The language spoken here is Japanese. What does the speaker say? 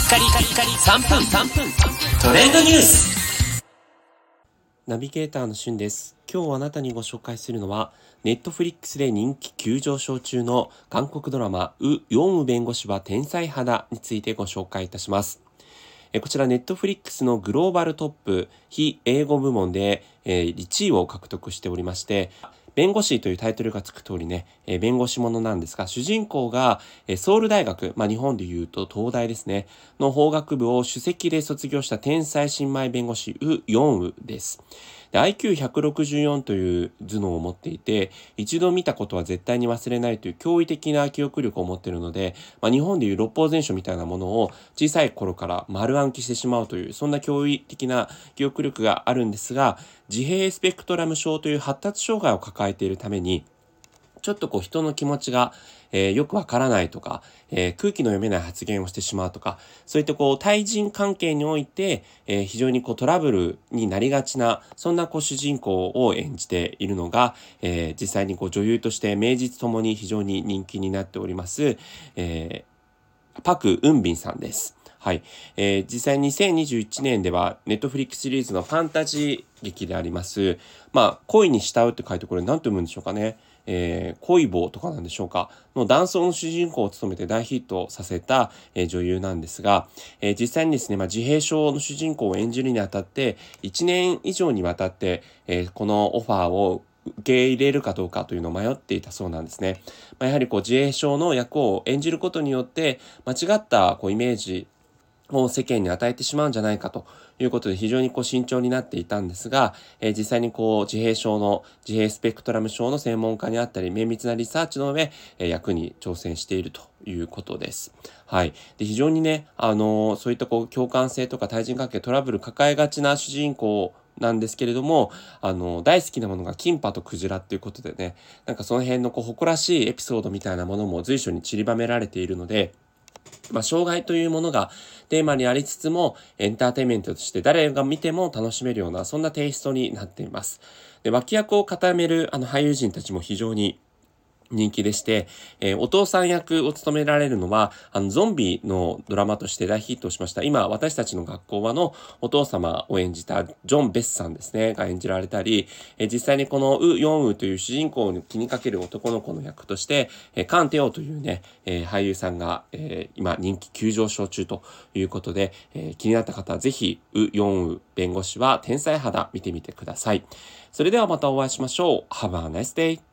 カリカリカリ3分トレンドニュース。 ナビゲーターのしゅんです。今日あなたにご紹介するのは、ネットフリックスで人気急上昇中の韓国ドラマヨンウ弁護士は天才派だについてご紹介いたします。こちらネットフリックスのグローバルトップ非英語部門で1位を獲得しておりまして、弁護士というタイトルがつく通りね、弁護士ものなんですが、主人公がソウル大学、日本でいうと東大ですね、の法学部を首席で卒業した天才新米弁護士ヨンウです。で IQ164 という頭脳を持っていて、一度見たことは絶対に忘れないという驚異的な記憶力を持っているので、日本でいう六法全書みたいなものを小さい頃から丸暗記してしまうという、そんな驚異的な記憶力があるんですが、自閉スペクトラム症という発達障害を抱えているために、ちょっと人の気持ちが、よくわからないとか、空気の読めない発言をしてしまうとか、そういった対人関係において、非常にトラブルになりがちな、そんな主人公を演じているのが、実際に女優として名実ともに非常に人気になっております、パク・ウンビンさんです。はい。実際2021年ではネットフリックスシリーズのファンタジー劇であります。恋に慕うって書いてこれ何て読むんでしょうかね。恋棒とかなんでしょうかの男装の主人公を務めて大ヒットさせた、女優なんですが、実際にですね、自閉症の主人公を演じるにあたって1年以上にわたって、このオファーを受け入れるかどうかというのを迷っていたそうなんですね。やはり自閉症の役を演じることによって間違ったイメージを世間に与えてしまうんじゃないかということで非常に慎重になっていたんですが、実際に自閉スペクトラム症の専門家にあったり綿密なリサーチの上、役に挑戦しているということです。はい。で、非常にね、そういった共感性とか対人関係トラブル抱えがちな主人公なんですけれども、大好きなものがキンパとクジラっていうことでね、その辺の誇らしいエピソードみたいなものも随所に散りばめられているので、障害というものがテーマにありつつもエンターテインメントとして誰が見ても楽しめるようなそんなテイストになっています。で、脇役を固める俳優陣たちも非常に人気でして、お父さん役を務められるのは、ゾンビのドラマとして大ヒットしました。今、私たちの学校はのお父様を演じたジョン・ベスさんですね、が演じられたり、実際にこのヨンウという主人公に気にかける男の子の役として、カン・テオというね、俳優さんが、今人気急上昇中ということで、気になった方はぜひ、ヨンウ弁護士は天才肌見てみてください。それではまたお会いしましょう。Have a nice day!